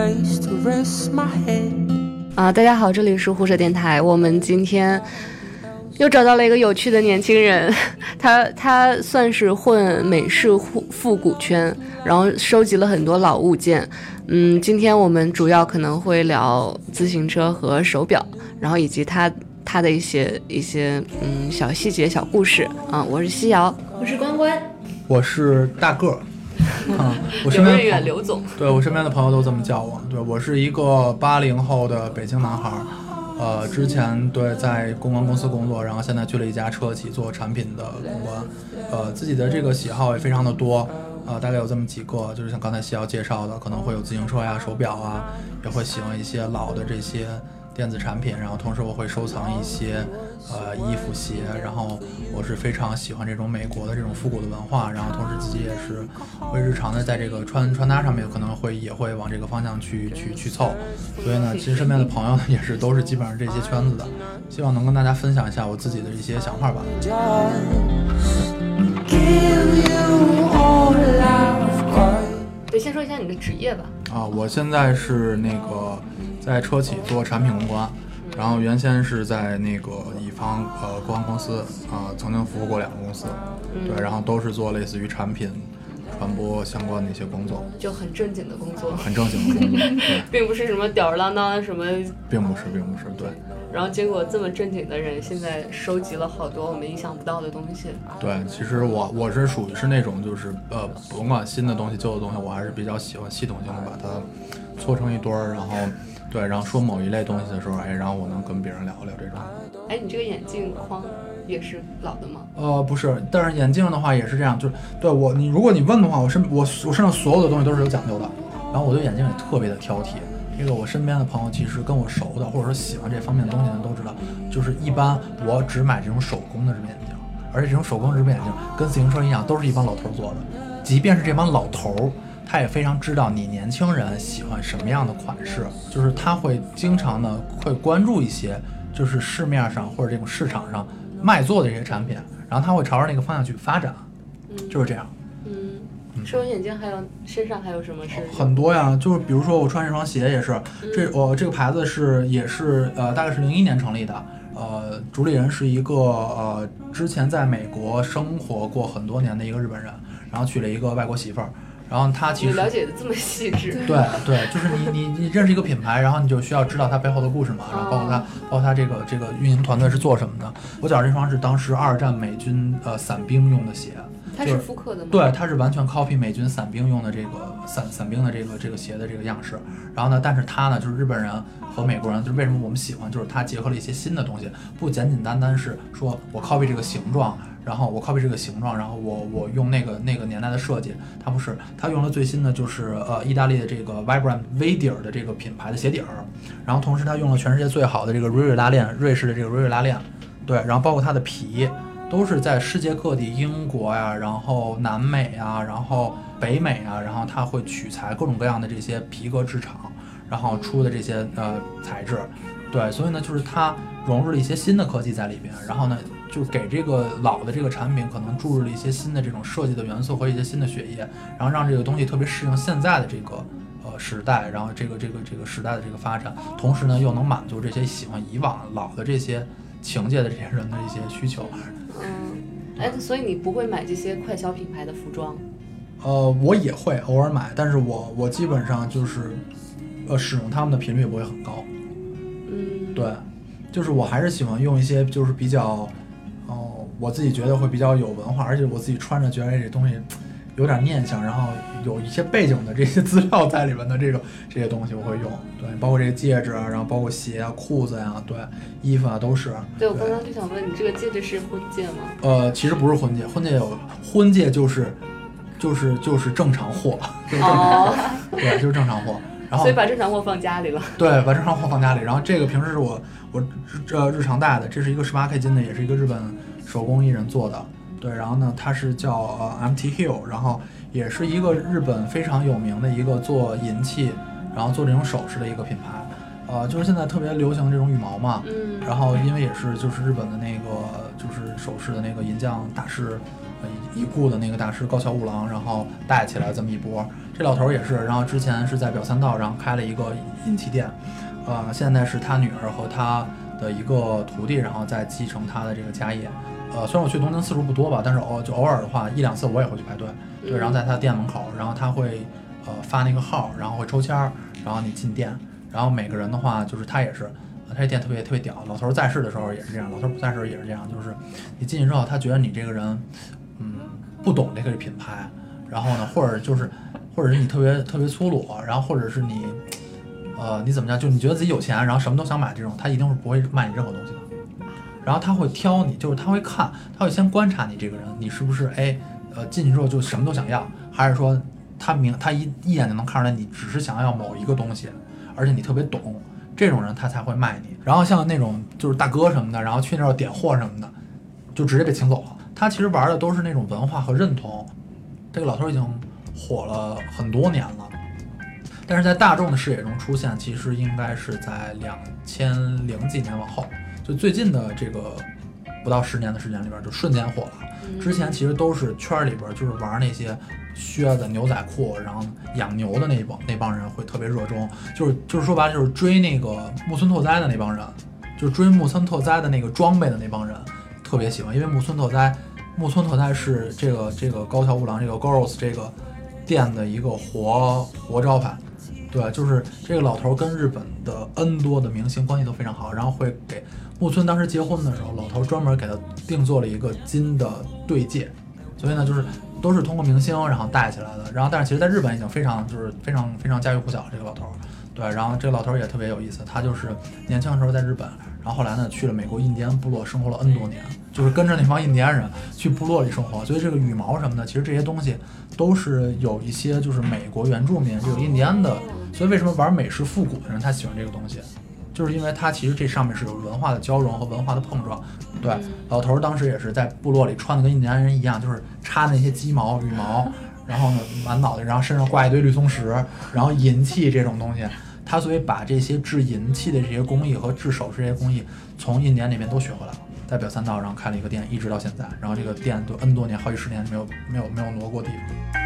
place to rest my head。 大家好，这里是胡扯电台。我们今天又找到了一个有趣的年轻人，他算是混美式复古圈，然后收集了很多老物件。今天我们主要可能会聊自行车和手表，然后以及他的一些小细节、小故事。我是西瑶， 我是关关， 我是大个。我身边刘润远刘总， 对我身边的朋友都这么叫我。对我是一个80后的北京男孩，之前在公关公司工作，然后现在去了一家车企做产品的公关，自己的这个喜好也非常的多，大概有这么几个，就是像刚才西瑶介绍的，可能会有自行车呀、手表啊，也会喜欢一些老的这些电子产品，然后同时我会收藏一些衣服鞋，然后我是非常喜欢这种美国的这种复古的文化，然后同时自己也是会日常的在这个穿搭上面可能也会往这个方向去凑，所以呢，其实身边的朋友也是都是基本上这些圈子的，希望能跟大家分享一下我自己的一些想法吧。 对，先说一下你的职业吧。 我现在是那个在车企做产品公关，然后原先是在那个乙方公关公司曾经服务过2个公司，对，然后都是做类似于产品传播相关的一些工作， 就很正经的工作， 很正经的工作，对， 并不是什么吊儿郎当什么， 并不是，对。 然后结果这么正经的人，现在收集了好多我们意想不到的东西。 对，其实我是属于是那种就是甭管新的东西旧的东西，我还是比较喜欢系统性的把它搓成一堆儿，然后对，然后说某一类东西的时候，然后我能跟别人聊聊这种。 你这个眼镜框也是老的吗？ 不是，但是眼镜的话也是这样，就是对如果你问的话，我身上所有的东西都是有讲究的，然后我对眼镜也特别的挑剔。这个我身边的朋友其实跟我熟的，或者说喜欢这方面的东西的都知道，就是一般我只买这种手工的日本眼镜，而且这种手工日本眼镜跟自行车一样，都是一帮老头做的。即便是这帮老头，他也非常知道你年轻人喜欢什么样的款式，就是他会经常的会关注一些就是市面上或者这种市场上卖做的这些产品，然后他会朝着那个方向去发展，就是这样。 除了眼镜，还有身上还有什么是很多呀？就是比如说我穿这双鞋也是，这个牌子也是大概是01年成立的，主理人是一个之前在美国生活过很多年的一个日本人，然后娶了一个外国媳妇儿。然后他其实了解的这么细致， 对，就是你认识一个品牌，然后你就需要知道它背后的故事嘛，然后包括它这个运营团队是做什么的。我脚这双是当时2战美军伞兵用的鞋， 它是复刻的吗？ 对，它是完全 copy 美军伞兵用的这个伞兵的这个鞋的这个样式。然后呢，但是它呢就是日本人和美国人，就是为什么我们喜欢，就是它结合了一些新的东西，不简简单单是说我 copy 这个形状。然后我 copy 这个形状，然后我用那个年代的设计，它不是，它用了最新的就是意大利的这个 Vibram V 底儿的这个品牌的鞋底儿，然后同时它用了全世界最好的这个瑞士的这个瑞拉链，对，然后包括它的皮都是在世界各地，英国呀，然后南美啊，然后北美啊，然后它会取材各种各样的这些皮革制厂，然后出的这些材质，对，所以呢就是它融入了一些新的科技在里边，然后呢就给这个老的这个产品可能注入了一些新的这种设计的元素和一些新的血液，然后让这个东西特别适应现在的这个时代，然后这个时代的这个发展，同时呢又能满足这些喜欢以往老的这些情节的这些人的一些需求。 所以你不会买这些快消品牌的服装？ 我也会偶尔买，但是我基本上就是使用他们的频率也不会很高。对，就是我还是喜欢用一些就是比较我自己觉得会比较有文化，而且我自己穿着觉得这东西有点念想，然后有一些背景的这些资料在里面的这些东西我会用。对，包括这个戒指啊，然后包括鞋啊、裤子呀，对，衣服啊都是。 对，我刚刚就想问你，这个戒指是婚戒吗？ 其实不是婚戒，婚戒就是正常货，对，就是正常货。然后所以把正常货放家里了。 对，把正常货放家里。然后这个平时是我日常戴的，这是一个18K 金的，也是一个日本手工艺人做的。对，然后呢，它是叫MT Hill， 然后也是一个日本非常有名的一个做银器，然后做这种首饰的一个品牌。就是现在特别流行这种羽毛嘛，然后因为也是就是日本的那个就是就是首饰的那个银匠大师，已故的那个大师高桥吾郎，然后带起来这么一波。这老头也是，然后之前是在表参道，然后开了一个银器店，现在是他女儿和他的一个徒弟，然后再继承他的这个家业。虽然我去东京次数不多吧，但是偶尔的话1-2次我也会去排队，对，然后在他店门口，然后他会发那个号，然后会抽签，然后你进店，然后每个人的话就是他也是，他这店特别屌，老头在世的时候也是这样，老头不在的时候也是这样，就是你进去之后，他觉得你这个人，不懂这个品牌，然后呢，或者是你特别粗鲁，然后或者是你，你怎么讲，就你觉得自己有钱，然后什么都想买这种，他一定是不会卖你任何东西的。然后他会挑你，就是他会看，他会先观察你这个人，你是不是进去之后就什么都想要，还是说他一眼就能看出来你只是想要某一个东西，而且你特别懂，这种人他才会卖你。然后像那种就是大哥什么的，然后去那儿点货什么的，就直接被请走了。他其实玩的都是那种文化和认同。这个老头已经火了很多年了，但是在大众的视野中出现，其实应该是在2000几年往后。就最近的这个不到10年的时间里边，就瞬间火了。之前其实都是圈里边就是玩那些靴子、牛仔裤，然后养牛的那帮人会特别热衷，就是说白了就是追那个木村拓哉的那帮人，就是追木村拓哉的那个装备的那帮人特别喜欢，因为木村拓哉是这个高桥吾郎这个 Girls 这个店的一个活招牌。对，就是这个老头跟日本的 N 多的明星关系都非常好，然后会给木村当时结婚的时候，老头专门给他定做了一个金的对戒，所以呢，就是都是通过明星然后带起来的。然后，但是其实在日本已经非常家喻户晓这个老头。对，然后这个老头也特别有意思，他就是年轻的时候在日本，然后后来呢去了美国印第安部落生活了 N 多年，就是跟着那帮印第安人去部落里生活，所以这个羽毛什么的，其实这些东西都是有一些就是美国原住民这个印第安的。所以为什么玩美式复古的人他喜欢这个东西，就是因为他其实这上面是有文化的交融和文化的碰撞。对，老头当时也是在部落里穿的跟印第安人一样，就是插那些鸡毛羽毛，然后呢满脑袋，然后身上挂一堆绿松石，然后银器这种东西，他所以把这些制银器的这些工艺和制首饰这些工艺从印第安那边都学回来了，在表参道然后开了一个店，一直到现在，然后这个店都 N 多年，好几10年没有挪过地方。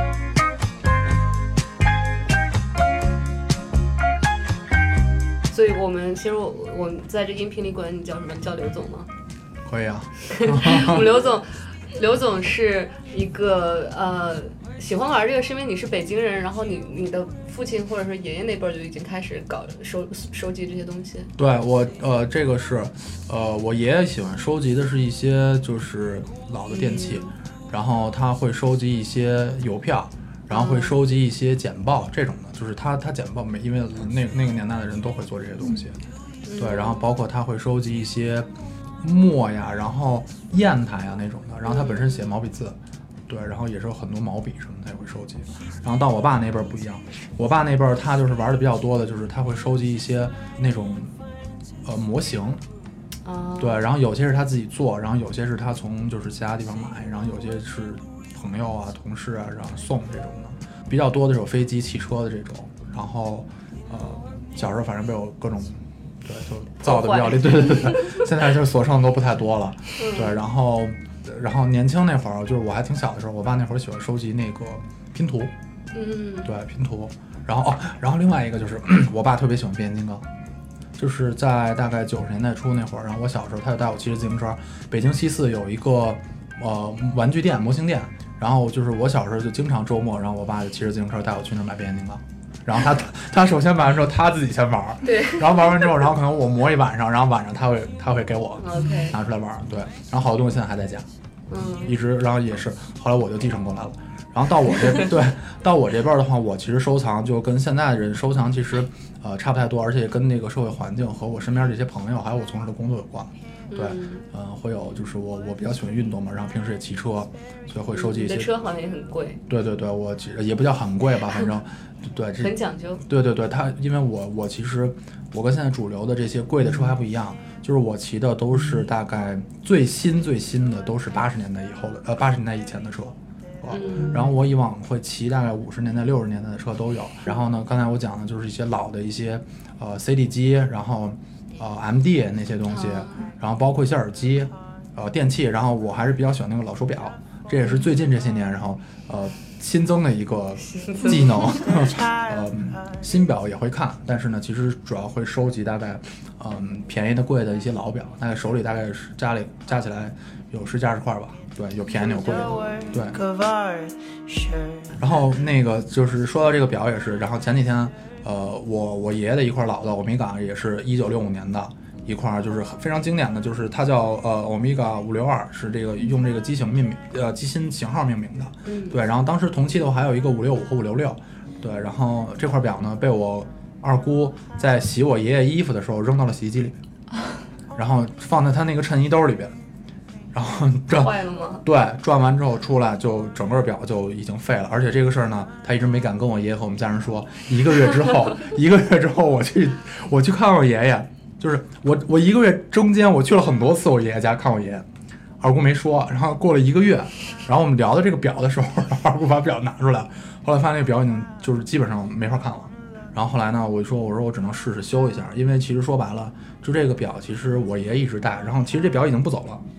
所以其实我们在这音频里管你叫什么？叫刘总吗？ 可以啊。 我们刘总是一个喜欢玩这个，是因为你是北京人，然后你的父亲或者说爷爷那辈就已经开始搞收集这些东西。 对，我这个是我爷爷喜欢收集的是一些就是老的电器，然后他会收集一些邮票。然后会收集一些简报这种的，就是他简报因为那个年代的人都会做这些东西，对，然后包括他会收集一些墨呀，然后砚台呀那种的，然后他本身写毛笔字，对，然后也是有很多毛笔什么他也会收集。然后到我爸那辈不一样，我爸那辈他就是玩的比较多的，就是他会收集一些那种模型。对，然后有些是他自己做，然后有些是他从就是其他地方买，然后有些是朋友啊、同事啊，然后送这种的，比较多的是有飞机、汽车的这种。然后，小时候反正被我各种，对，就造的比较厉害。对，现在就所剩都不太多了。对，然后年轻那会儿，就是我还挺小的时候，我爸那会儿喜欢收集那个拼图。对，拼图。然后另外一个就是我爸特别喜欢变形金刚。就是在大概90年代初那会儿，然后我小时候他就带我骑着自行车，北京西4有一个玩具店、模型店，然后就是我小时候就经常周末，然后我爸就骑着自行车带我去那买变形金刚，然后他首先买完之后他自己先玩， 对， 然后玩完之后，然后可能我磨一晚上，然后晚上他会给我拿出来玩，对，然后好多东西现在还在家，一直，然后也是后来我就继承过来了。然后到我这边的话，我其实收藏就跟现在的人收藏其实差不太多，而且跟那个社会环境和我身边这些朋友还有我从事的工作有关。对，会有就是我比较喜欢运动嘛，然后平时也骑车，所以会收集一些。 你的车好像也很贵。 对，我也不叫很贵吧，反正对， 很讲究。 对，它因为我其实我跟现在主流的这些贵的车还不一样，就是我骑的都是大概最新的都是80年代以后的80年代以前的车。然后我以往会骑大概50年代、60年代的车都有。然后呢，刚才我讲的就是一些老的一些CD 机，然后MD 那些东西，然后包括一些耳机， 电器，然后我还是比较喜欢那个老手表，这也是最近这些年然后新增的一个技能。新表也会看，但是呢其实主要会收集大概便宜的贵的一些老表，大概手里大概是加起来有10几20块吧，对，有便宜的有贵的，对。然后那个就是说到这个表也是，然后前几天我爷爷的一块老的欧米伽也是1965年的一块，就是非常经典的，就是它叫欧米伽562，是这个用这个机芯型号命名的，对。然后当时同期的话还有一个565和566，对。然后这块表呢被我二姑在洗我爷爷衣服的时候扔到了洗衣机里面，然后放在他那个衬衣兜里边，然后坏了吗？对， 转完之后出来就整个表就已经废了。而且这个事儿呢他一直没敢跟我爷爷和我们家人说。1个月之后我去看我爷爷，就是我1个月中间我去了很多次我爷爷家看我爷爷，二姑没说。然后过了1个月，然后我们聊到这个表的时候，二姑把表拿出来，后来发现那个表已经就是基本上没法看了。然后后来呢我说我只能试试修一下，因为其实说白了就这个表其实我爷爷一直戴，然后其实这表已经不走了，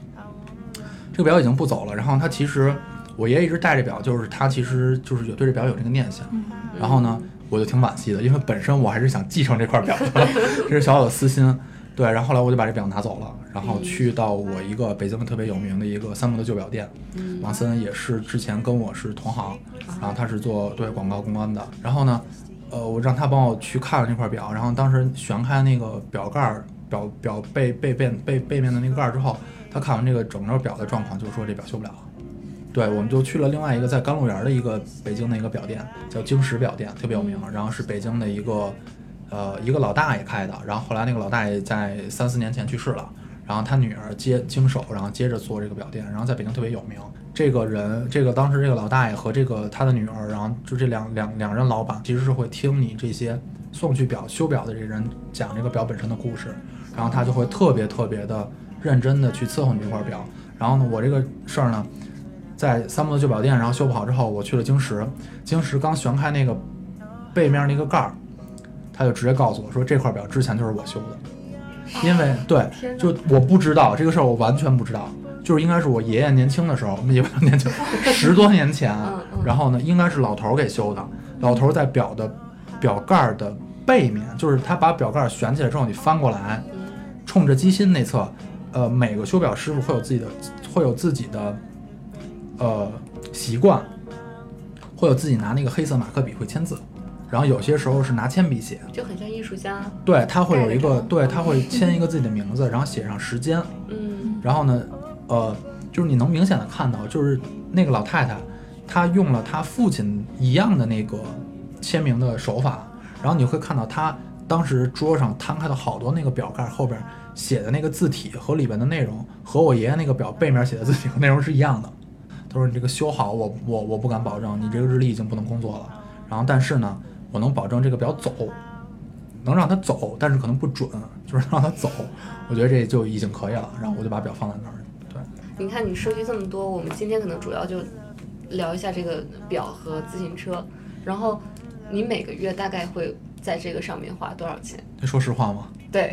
然后他其实我爷爷一直戴这表，就是他其实就是对这表有这个念想。然后呢我就挺惋惜的，因为本身我还是想继承这块表的，这是小小的私心。对，然后后来我就把这表拿走了，然后去到我一个北京的特别有名的一个3木的旧表店，王森也是之前跟我是同行，然后他是做广告公关的。然后呢我让他帮我去看了那块表，然后当时旋开那个表盖表背面的那个盖之后，他看完这个整个表的状况，就说这表修不了。对，我们就去了另外一个在甘露园的一个北京的一个表店，叫京石表店，特别有名。然后是北京的一个老大爷开的，然后后来那个老大爷在3、4年前去世了，然后他女儿经手，然后接着做这个表店，然后在北京特别有名。当时这个老大爷和他的女儿，然后就这两任老板，其实是会听你这些送去修表的这人讲这个表本身的故事，然后他就会特别特别的认真的去伺候你这块表。然后呢我这个事儿呢在3木的旧表店，然后修不好之后，我去了京石刚旋开那个背面那个盖儿，他就直接告诉我说这块表之前就是我修的。因为对，就我不知道这个事儿，我完全不知道，就是应该是我爷爷年轻的时候，也不年轻，10多年前，然后呢应该是老头给修的。老头在表盖的背面，就是他把表盖旋起来之后，你翻过来，冲着机芯内侧，每个修表师傅会有自己的习惯，会有自己拿那个黑色马克笔会签字，然后有些时候是拿铅笔写， 就很像艺术家。 对，他会有一个，对，他会签一个自己的名字，然后写上时间。然后呢，就是你能明显的看到，就是那个老太太，她用了她父亲一样的那个签名的手法，然后你会看到她当时桌上摊开的好多那个表盖后边写的那个字体和里边的内容，和我爷爷那个表背面写的字体和内容是一样的。他说你这个修好，我不敢保证，你这个日历已经不能工作了。然后但是呢，我能保证这个表走，能让它走，但是可能不准，就是让它走。我觉得这就已经可以了。然后我就把表放在那儿。对， 你看你收集这么多，我们今天可能主要就聊一下这个表和自行车。然后你每个月大概会在这个上面花多少钱？ 你说实话吗？ 对。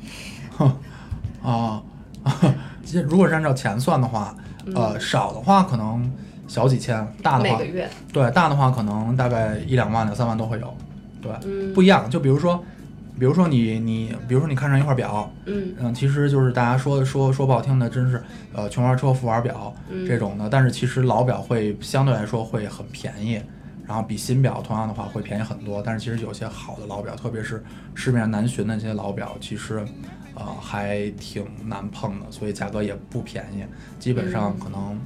如果是按照钱算的话，少的话可能小几千，大的话每个月， 对，大的话可能大概1、2万、2、3万都会有。对，不一样。就比如说你看上一块表，其实就是大家说不好听的，真是穷玩车富玩表这种的。但是其实老表会相对来说会很便宜，然后比新表同样的话会便宜很多。但是其实有些好的老表，特别是市面上难寻的这些老表，其实还挺难碰的，所以价格也不便宜。基本上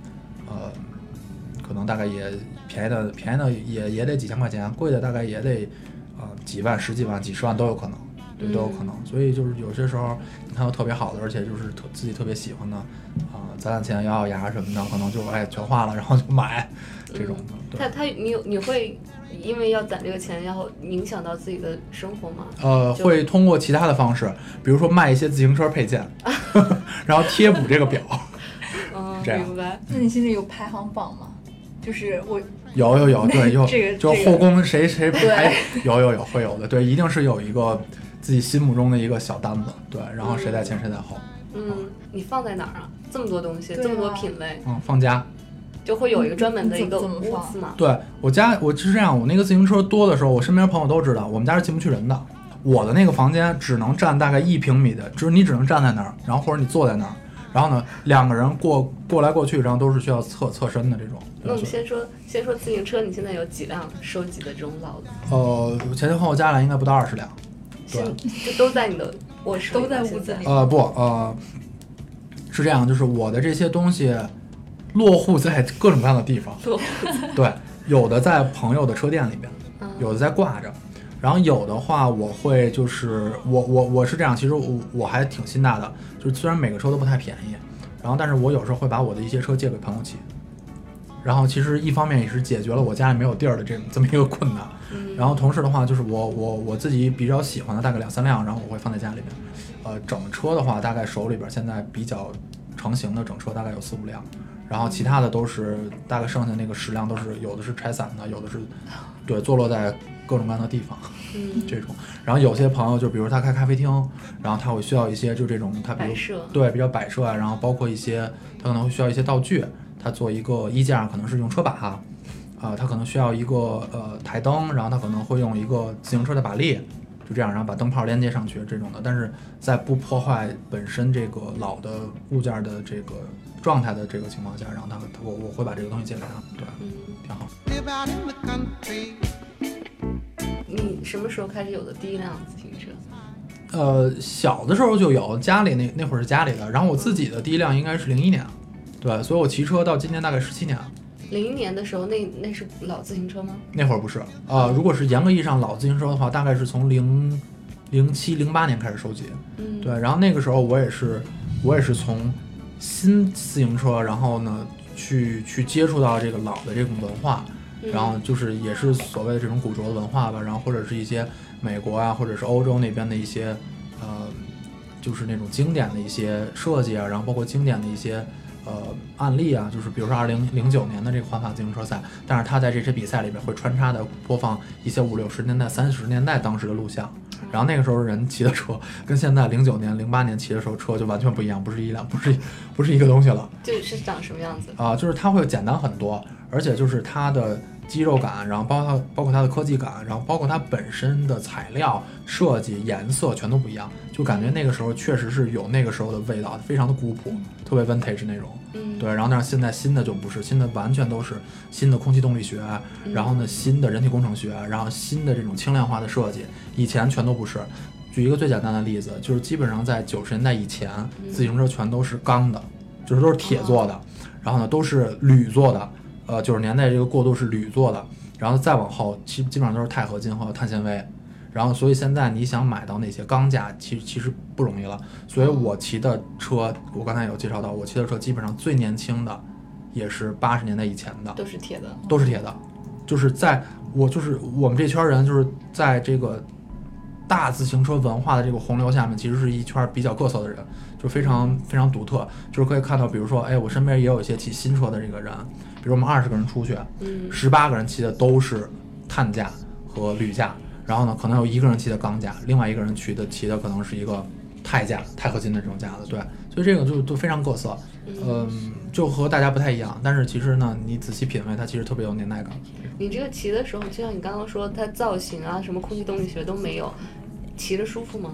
可能大概也便宜的也得几千块钱，贵的大概也得几万、10几万、几十万都有可能，对，都有可能。所以就是有些时候你看到特别好的，而且就是自己特别喜欢的攒钱咬牙什么的，可能就全花了，然后就买这种的。 你会因为要攒这个钱，然后影响到自己的生活吗？ 会通过其他的方式，比如说卖一些自行车配件，然后贴补这个表。这样。 明白。 那你现在有排行榜吗？就是我有，对，有就后宫谁排，有会有的，对，一定是有一个自己心目中的一个小单子，对，然后谁在前谁在后。 你放在哪儿啊？这么多东西，这么多品类， 放家。 就会有一个专门的一个怎么屋子嘛。 对，我是这样，我那个自行车多的时候，我身边朋友都知道，我们家是进不去人的。我的那个房间只能占大概1平米的，你只能站在那儿，然后或者你坐在那儿，然后呢2个人过来过去，然后都是需要侧身的这种。 那我们先说自行车，你现在有几辆收集的这种老的？ 前后加起来应该不到20辆。对， 就都在你的卧室里， 都在屋子里。 是这样，就是我的这些东西落户在各种各样的地方。对，有的在朋友的车店里边，有的在挂着，然后有的话我会就是我是这样，其实我还挺心大的，就是虽然每个车都不太便宜，然后但是我有时候会把我的一些车借给朋友骑，然后其实一方面也是解决了我家里没有地儿的这么一个困难，然后同时的话就是我自己比较喜欢的大概2-3辆，然后我会放在家里边，整车的话大概手里边现在比较成型的整车大概有4-5辆。然后其他的都是大概剩下那个10辆都是有的是拆散的，有的是对坐落在各种各样的地方，这种。然后有些朋友就比如他开咖啡厅，然后他会需要一些就这种他比如对比较摆设啊，然后包括一些他可能会需要一些道具，他做一个衣架可能是用车把他可能需要一个台灯，然后他可能会用一个自行车的把力，就这样，然后把灯泡连接上去这种的，但是在不破坏本身这个老的物件的这个状态的这个情况下，然后我会把这个东西借给他，对，挺好。 你什么时候开始有的第一辆自行车？ 小的时候就有，家里那会儿是家里的，然后我自己的第一辆应该是01年，对，所以我骑车到今年大概17年。 01年的时候，那是老自行车吗？ 那会儿不是，如果是严格意义上老自行车的话，大概是从07、08年开始收集，对，然后那个时候我也是从新自行车，然后呢去接触到这个老的这种文化，然后就是也是所谓的这种古着的文化吧，然后或者是一些美国啊，或者是欧洲那边的一些就是那种经典的一些设计啊，然后包括经典的一些案例啊，就是比如说2009年的这个环法自行车赛，但是他在这些比赛里边会穿插的播放一些50、60年代、30年代当时的录像，然后那个时候人骑的车跟现在09年、08年骑的时候车就完全不一样，不是一个东西了。 就是长什么样子就是它会简单很多，而且就是它的肌肉感，然后包括它的科技感，然后包括它本身的材料设计、颜色全都不一样，就感觉那个时候确实是有那个时候的味道，非常的古朴，特别 vintage 那种。对，然后但是现在新的就不是，新的完全都是新的空气动力学，然后呢新的人体工程学，然后新的这种轻量化的设计，以前全都不是。举一个最简单的例子，就是基本上在90年代以前，自行车全都是钢的，就是都是铁做的，然后呢都是铝做的。90年代这个过渡是铝做的，然后再往后基本上都是钛合金和碳纤维，然后所以现在你想买到那些钢架其实不容易了。所以我骑的车，我刚才有介绍到，我骑的车基本上最年轻的也是80年代以前的， 都是铁的， 就是我们这圈人就是在这个大自行车文化的这个洪流下面，其实是一圈比较各色的人，就非常非常独特。就是可以看到，比如说，我身边也有一些骑新车的这个人，比如我们20个人出去，18个人骑的都是碳架和铝架，然后呢，可能有1个人骑的钢架，另外1个人骑的可能是一个钛合金的这种架子，对，所以这个就都非常各色，就和大家不太一样。但是其实呢，你仔细品味，它其实特别有年代感。 你这个骑的时候，就像你刚刚说，它造型啊，什么空气动力学都没有，骑着舒服吗？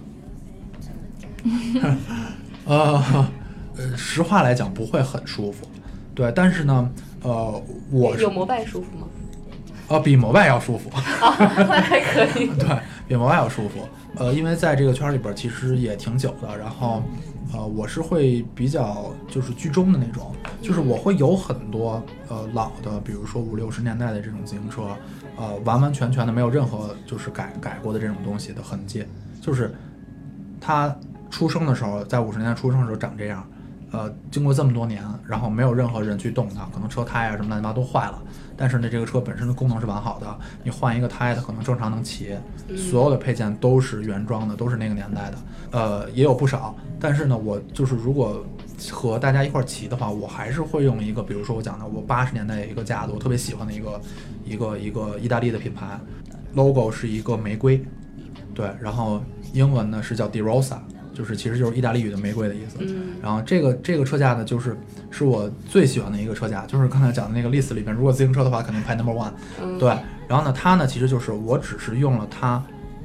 实话来讲不会很舒服，对，但是呢，我有摩拜舒服吗？ 比摩拜要舒服。 那还可以。 对，比摩拜要舒服。因为在这个圈里边其实也挺久的，然后我是会比较就是居中的那种，就是我会有很多老的，比如说50、60年代的这种自行车，完完全全的没有任何就是改过的这种东西的痕迹，就是他出生的时候，在50年代出生的时候长这样，经过这么多年，然后没有任何人去动它，可能车胎啊什么乱七八糟都坏了，但是呢，这个车本身的功能是完好的，你换一个胎，它可能正常能骑，所有的配件都是原装的，都是那个年代的，也有不少，但是呢，我就是如果和大家一块骑的话，我还是会用一个，比如说我讲的，我80年代有一个架子，我特别喜欢的一个意大利的品牌 ，logo 是一个玫瑰，对，然后英文呢是叫 Di Rosa。 就是其实就是意大利语的玫瑰的意思。然后这个车架呢，是我最喜欢的一个车架，就是刚才讲的那个 list 里面，如果自行车的话，肯定排 number one。对，然后呢，它呢其实就是我只是用了它，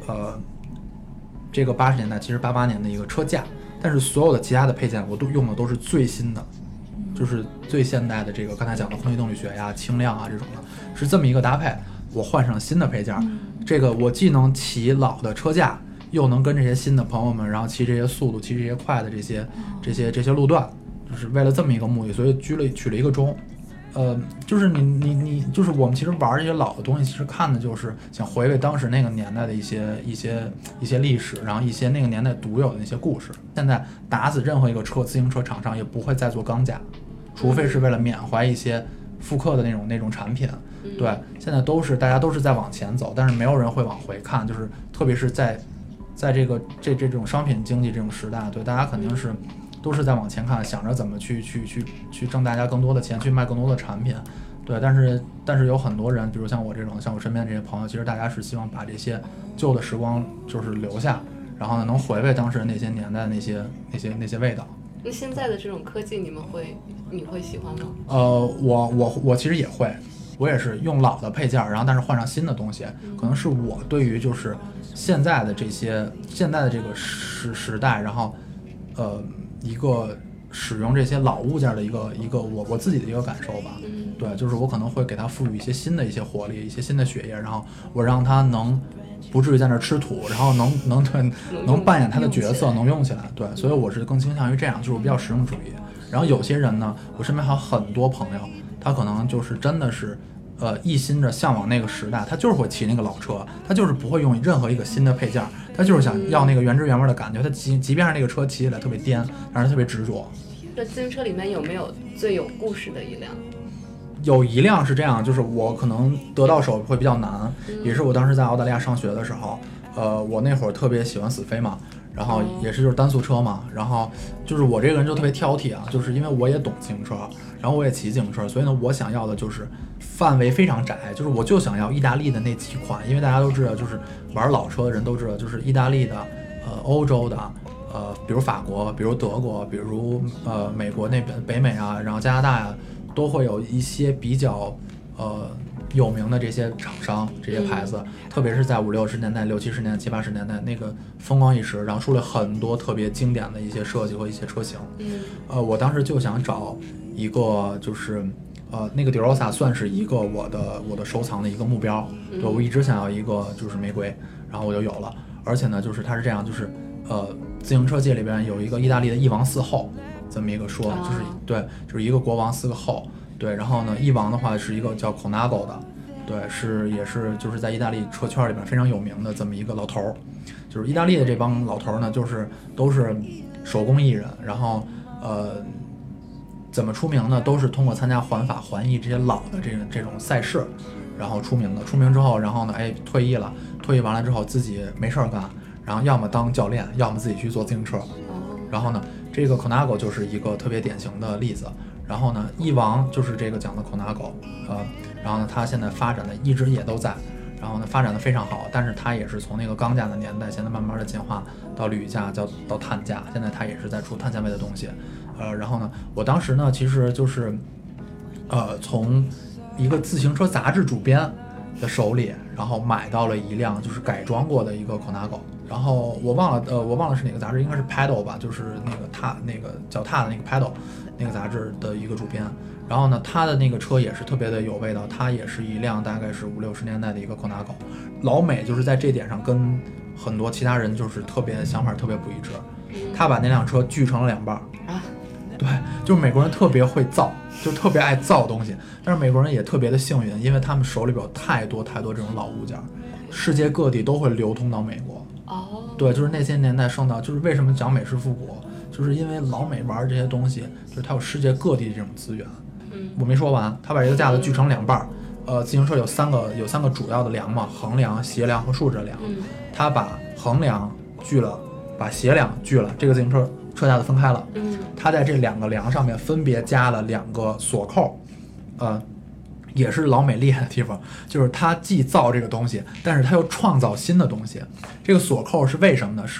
这个80年代其实88年的一个车架，但是所有的其他的配件我都用的都是最新的，就是最现代的这个刚才讲的空气动力学呀、轻量啊这种的，是这么一个搭配。我换上新的配件，这个我既能骑老的车架，又能跟这些新的朋友们，然后骑这些速度、骑这些快的这些路段，就是为了这么一个目的，所以取了一个钟。就是你就是我们其实玩这些老的东西，其实看的就是想回味当时那个年代的一些历史，然后一些那个年代独有的那些故事。现在打死任何一个自行车厂商也不会再做钢架，除非是为了缅怀一些复刻的那种产品。对，现在大家都是在往前走，但是没有人会往回看，就是特别是在这种商品经济这种时代，对，大家肯定是都是在往前看，想着怎么去挣大家更多的钱，去卖更多的产品。对，但是有很多人，比如像我这种，像我身边这些朋友，其实大家是希望把这些旧的时光就是留下，然后呢能回味当时那些年代的那些味道。 那现在的这种科技你会喜欢吗？ 我其实也会，我也是用老的配件，然后但是换上新的东西，可能是我对于就是现在的这个时代，然后一个使用这些老物件的一个我自己的一个感受吧。对，就是我可能会给它赋予一些新的一些活力，一些新的血液，然后我让它能不至于在那儿吃土，然后能扮演它的角色，能用起来。对，所以我是更倾向于这样，就是我比较实用主义。然后有些人呢，我身边还有很多朋友，他可能就是真的是一心着向往那个时代，他就是会骑那个老车，他就是不会用任何一个新的配件，他就是想要那个原汁原味的感觉。他即便是那个车骑起来特别颠，但是特别执着。 这自行车里面有没有最有故事的一辆？ 有一辆是这样，就是我可能得到手会比较难，也是我当时在澳大利亚上学的时候，我那会儿特别喜欢死飞嘛，然后也是就是单速车嘛，然后就是我这个人就特别挑剔啊，就是因为我也懂自行车，然后我也骑自行车，所以呢我想要的就是范围非常窄，就是我就想要意大利的那几款，因为大家都知道，就是玩老车的人都知道，就是意大利的欧洲的比如法国，比如德国，比如美国那边北美啊，然后加拿大啊，都会有一些比较有名的这些厂商，这些牌子，特别是在50、60年代、60、70年代、70、80年代那个风光一时，然后出了很多特别经典的一些设计和一些车型。我当时就想找一个就是那个 DeRosa 算是一个我的收藏的一个目标。对，我一直想要一个就是玫瑰，然后我就有了。而且呢，就是它是这样，就是自行车界里边有一个意大利的翼王4后这么一个说，就是对，就是一个国王4个后。对，然后呢，翼王的话是一个叫 Conago 的，对，也是就是在意大利车圈里边非常有名的这么一个老头儿。就是意大利的这帮老头儿呢，就是都是手工艺人，然后怎么出名呢？都是通过参加环法、环意这些老的这种赛事，然后出名的。出名之后，然后呢，退役了，退役完了之后自己没事儿干，然后要么当教练，要么自己去做自行车。然后呢，这个 Conago 就是一个特别典型的例子。然后呢，翼王就是这个讲的 Conago，然后呢，它现在发展的一直也都在，然后呢，发展的非常好，但是它也是从那个钢架的年代，现在慢慢的进化到铝架，到碳架，现在它也是在出碳纤维的东西，然后呢，我当时呢，其实就是，从一个自行车杂志主编的手里，然后买到了一辆就是改装过的一个 Conago。然后我忘了是哪个杂志，应该是 Pedal 吧，就是那个脚踏的那个 Pedal 那个杂志的一个主编。然后呢，他的那个车也是特别的有味道，它也是一辆大概是50、60年代的一个 Conago。老美就是在这点上跟很多其他人就是想法特别不一致，他把那辆车锯成了2半啊。对，就是美国人特别会造，就特别爱造东西，但是美国人也特别的幸运，因为他们手里边有太多这种老物件，世界各地都会流通到美国。对，就是那些年代受到，就是为什么讲美式复古，就是因为老美玩这些东西，就是它有世界各地的这种资源。我没说完，他把这个架子锯成2半，自行车有三个主要的梁嘛，横梁、斜梁和竖着梁。他把横梁锯了，把斜梁锯了，这个自行车架子分开了。他在这2个梁上面分别加了2个锁扣，也是老美厉害的地方，就是他既造这个东西，但是他又创造新的东西。这个锁扣是为什么呢？是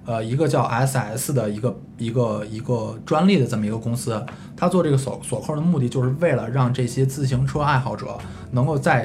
一个叫 SS 的一个专利的这么一个公司，它做这个锁扣的目的就是为了让这些自行车爱好者能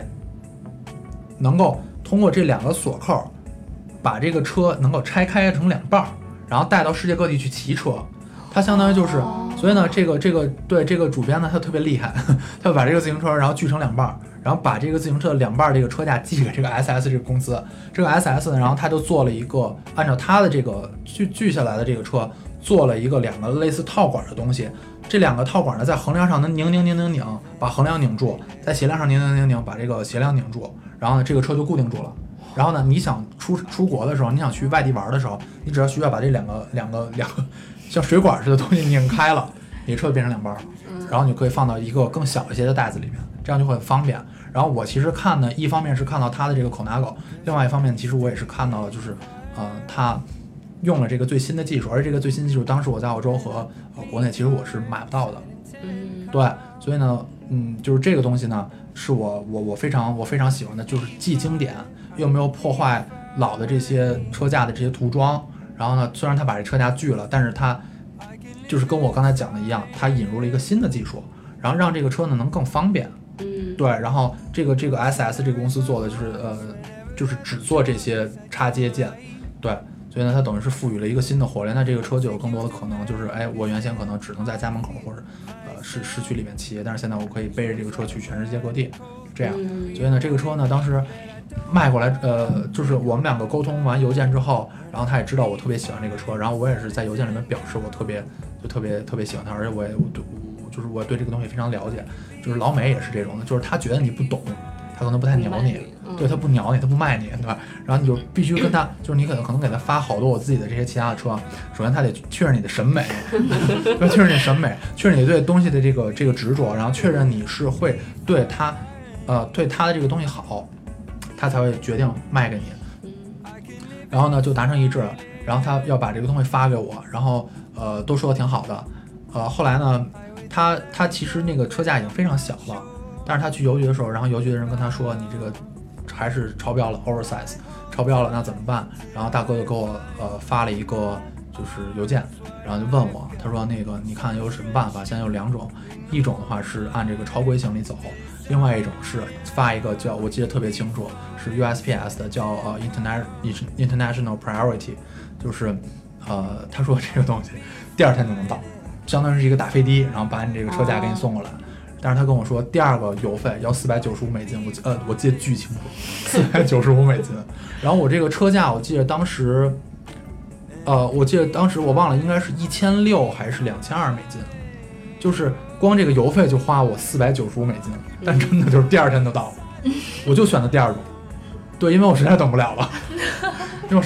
够通过这2个锁扣把这个车能够拆开成2半，然后带到世界各地去骑车。它相当于就是，所以呢，这个主编呢，他特别厉害，他把这个自行车然后锯成2半，然后把这个自行车的2半这个车架寄给这个 SS 这个公司。这个 SS 呢，然后他就做了一个按照他的这个锯下来的这个车，做了2个类似套管的东西。这2个套管呢，在横梁上能拧，把横梁拧住，在鞋梁上拧，把这个鞋梁拧住，然后呢，这个车就固定住了。然后呢，你想出国的时候，你想去外地玩的时候，你只要需要把这两个像水管似的东西拧开了，你的车就变成2半了，然后你可以放到一个更小一些的袋子里面，这样就会很方便。然后我其实看呢，一方面是看到它的这个Colnago，另外一方面其实我也是看到了，就是它用了这个最新的技术，而这个最新技术当时我在澳洲和国内其实我是买不到的。对，所以呢，就是这个东西呢，是我非常喜欢的，就是既经典又没有破坏老的这些车架的这些涂装。然后呢，虽然它把这车架锯了，但是它就是跟我刚才讲的一样，它引入了一个新的技术，然后让这个车呢能更方便。对，然后这个 SS 这个公司做的就是只做这些插接件。对，所以呢，它等于是赋予了一个新的活力，那这个车就有更多的可能，就是我原先可能只能在家门口或者市区里面骑，但是现在我可以背着这个车去全世界各地，这样。所以呢，这个车呢，当时卖过来，就是我们2个沟通完邮件之后，然后他也知道我特别喜欢这个车，然后我也是在邮件里面表示我特别喜欢它，而且我对这个东西非常了解。就是老美也是这种的，就是他觉得你不懂，他可能不太鸟你，对，他不鸟你，他不卖你，对吧？然后你就必须跟他，就是你可能给他发好多我自己的这些其他的车，首先他得确认你的审美，确认你的审美，确认你对东西的这个执着，然后确认你是会对他的这个东西好，他才会决定卖给你。然后呢，就达成一致了，然后他要把这个东西发给我，然后都说的挺好的。后来呢，他其实那个车架已经非常小了，但是他去邮局的时候，然后邮局的人跟他说，你这个还是超标了 ，oversize 超标了，那怎么办？然后大哥就给我发了一个就是邮件，然后就问我，他说那个你看有什么办法？现在有2种，一种的话是按这个超规行李走，另外一种是发一个叫我记得特别清楚是 USPS 的叫International Priority， 就是他说这个东西第2天就能到，相当于是一个大飞的，然后把你这个车架给你送过来。但是他跟我说第2个邮费要$495，我记得巨清楚，$495。然后我这个车架我记得当时我忘了应该是$1600还是$22，就是光这个邮费就花我$495，但真的就是第2天就到了，我就选的第2种。对，因为我实在等不了了，自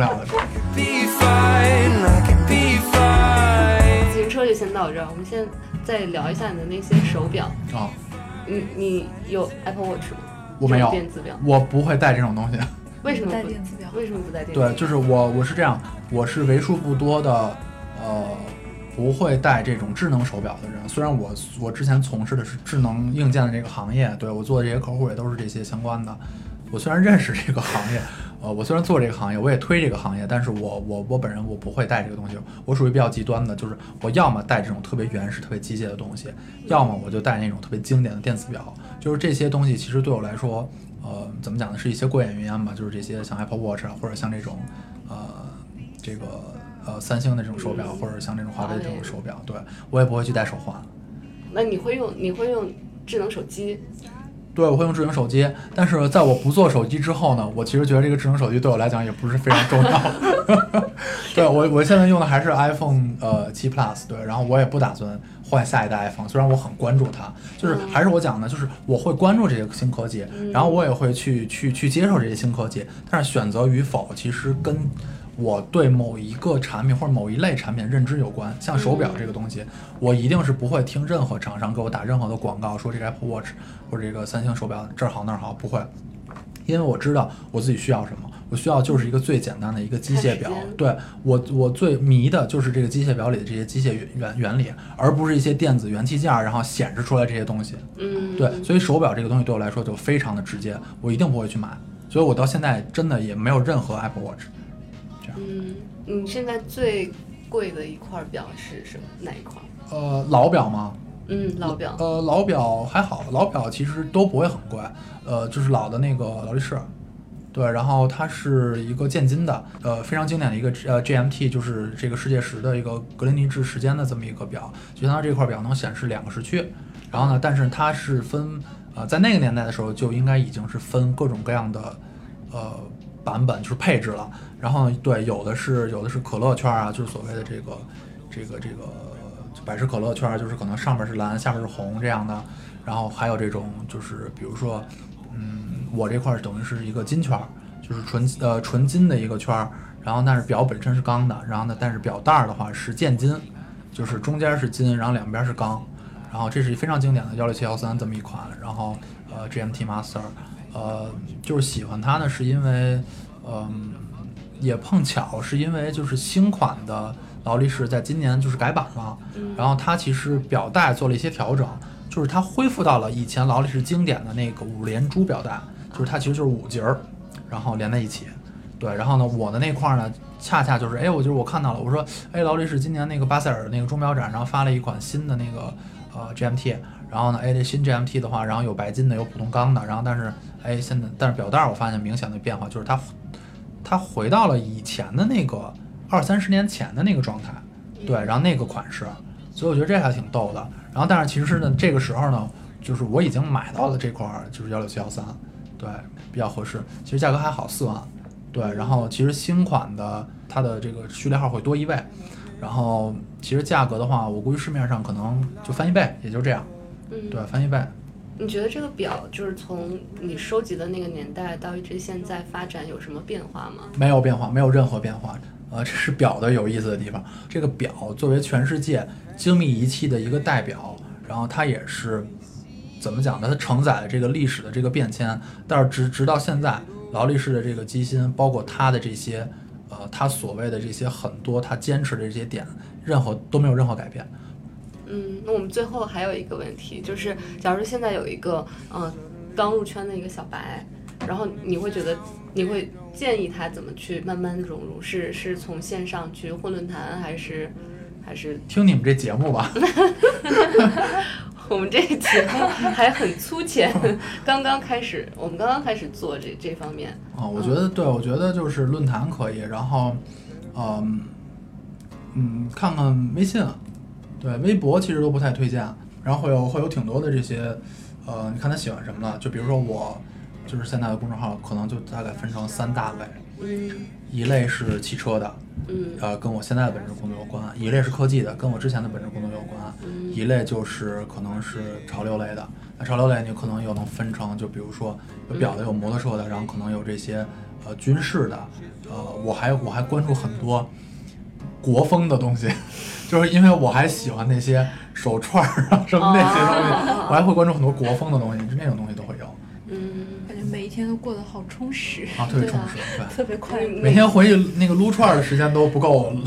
行车就先到这儿，我们先再聊一下你的那些手表啊。 你有 Apple Watch 吗？ 我没有电子表， 我不会带这种东西。 为什么不带电子表？ 为什么不带电子表？ 对，就是我是这样，我是为数不多的不会带这种智能手表的人。虽然我之前从事的是智能硬件的这个行业，对，我做的这些客户也都是这些相关的。我虽然认识这个行业，我虽然做这个行业，我也推这个行业，但是我本人我不会带这个东西。我属于比较极端的，就是我要么带这种特别原始、特别机械的东西，要么我就带那种特别经典的电子表。就是这些东西其实对我来说，怎么讲呢？是一些过眼云烟吧。就是这些像 Apple Watch 啊，或者像这种这个三星的这种手表，或者像这种华为的这种手表，对，我也不会去戴手环。 那你会用智能手机？ 对，我会用智能手机，但是在我不做手机之后呢，我其实觉得这个智能手机对我来讲也不是非常重要。对，我现在用的还是 iPhone 7 Plus， 对，然后我也不打算换下一代 iPhone， 虽然我很关注它，就是还是我讲的，就是我会关注这些新科技，然后我也会去接受这些新科技，但是选择与否其实跟我对某一个产品或者某一类产品认知有关。像手表这个东西，我一定是不会听任何厂商给我打任何的广告，说这个 Apple Watch 或者这个三星手表这儿好那儿好，不会，因为我知道我自己需要什么。我需要就是一个最简单的一个机械表，对，我最迷的就是这个机械表里的这些机械原理，而不是一些电子元器件然后显示出来这些东西。对，所以手表这个东西对我来说就非常的直接，我一定不会去买，所以我到现在真的也没有任何 Apple Watch。这样。 你现在最贵的一块表是什么？哪一块？ 老表吗？ 老表。 老表还好，老表其实都不会很贵，就是老的那个劳力士，对，然后它是一个建金的，非常经典的一个GMT， 就是这个世界时的一个格林尼治时间的这么一个表，就相当于这块表能显示2个时区，然后呢，但是它是分，在那个年代的时候就应该已经是分各种各样的，版本，就是配置了，然后对，有的是可乐圈啊，就是所谓的这个百事可乐圈，就是可能上面是蓝，下面是红这样的，然后还有这种就是比如说，我这块等于是一个金圈，就是纯金的一个圈，然后但是表本身是钢的，然后呢，但是表带的话是渐金，就是中间是金，然后两边是钢，然后这是非常经典的16713这么一款，然后GMT Master，就是喜欢它呢，是因为也碰巧是因为就是新款的劳力士在今年就是改版了，然后它其实表带做了一些调整，就是它恢复到了以前劳力士经典的那个5连珠表带，就是它其实就是5节儿，然后连在一起。对，然后呢，我的那块呢，恰恰就是，我看到了，我说，劳力士今年那个巴塞尔那个钟表展，然后发了一款新的那个GMT， 然后呢，这新 GMT 的话，然后有白金的，有普通钢的，然后但是表带我发现明显的变化，就是它回到了以前的那个20-30年前的那个状态，对，然后那个款式，所以我觉得这还挺逗的。然后但是其实呢，这个时候呢，就是我已经买到了这块，就是16713，对，比较合适，其实价格还好，4万。对，然后其实新款的它的这个序列号会多1位，然后其实价格的话，我估计市面上可能就翻1倍，也就这样。对，翻1倍。 你觉得这个表就是从你收集的那个年代到一直现在发展有什么变化吗？ 没有变化，没有任何变化。这是表的有意思的地方。这个表作为全世界精密仪器的一个代表，然后它也是怎么讲呢？它承载了这个历史的这个变迁，但是直到现在，劳力士的这个机芯，包括它的这些它所谓的这些很多它坚持的这些点，都没有任何改变。 那我们最后还有一个问题，就是假如现在有一个刚入圈的一个小白，然后你会建议他怎么去慢慢融入？是从线上去混论坛，还是听你们这节目吧？ 我们这个节目还很粗浅，我们刚刚开始做这方面。 我觉得对，我觉得就是论坛可以，然后看看微信，对，微博其实都不太推荐，然后会有挺多的这些你看他喜欢什么了，就比如说我就是现在的公众号可能就大概分成3大类，一类是汽车的，跟我现在的本职工作有关；一类是科技的，跟我之前的本职工作有关；一类就是可能是潮流类的。那潮流类你可能又能分成，就比如说有表的，有摩托车的，然后可能有这些军事的，我还关注很多国风的东西，就是因为我还喜欢那些手串啊什么那些东西，我还会关注很多国风的东西，就那种东西都会有。 感觉每一天都过得好充实啊，特别充实，对， 特别快乐。 每天回去那个撸串的时间都不够了。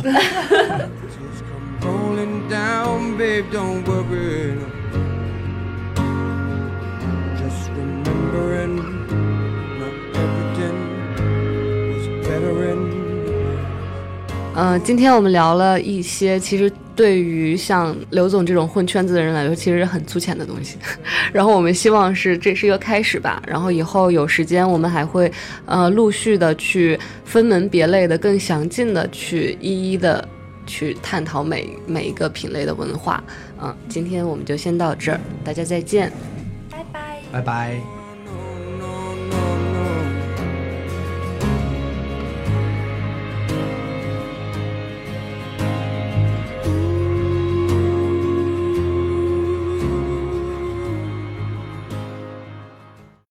今天我们聊了一些其实对于像刘总这种混圈子的人来说其实很粗浅的东西，然后我们希望这是一个开始吧，然后以后有时间我们还会陆续的去分门别类的更详尽的去一一的去探讨每一个品类的文化。今天我们就先到这儿，大家再见， 拜拜， 拜拜。